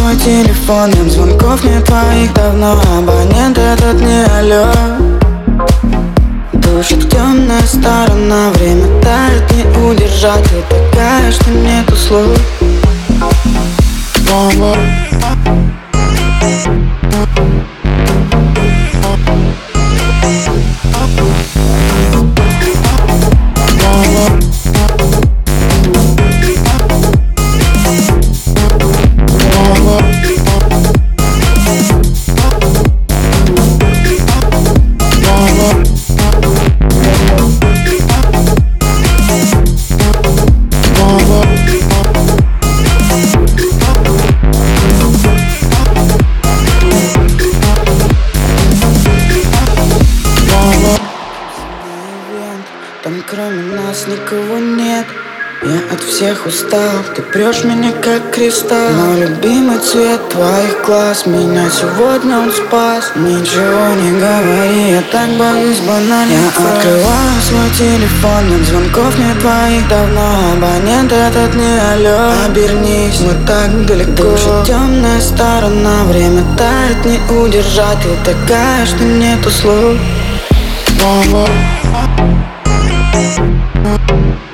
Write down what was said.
свой телефон, нет звонков, нет твоих давно. Абонент этот не алло. Душит темная сторона, время тает, не удержать. Ты такая, что нету слов. Там кроме нас никого нет. Я от всех устал, ты прешь меня как кристалл. Но любимый цвет твоих глаз, меня сегодня он спас. Ничего не говори, я так боюсь банальных фраз. Я открываю свой телефон, нет звонков, нет твоих давно. Абонент этот не алло. Обернись, мы так далеко. Душит темная сторона, время тает, не удержать. Ты такая, что нету слов.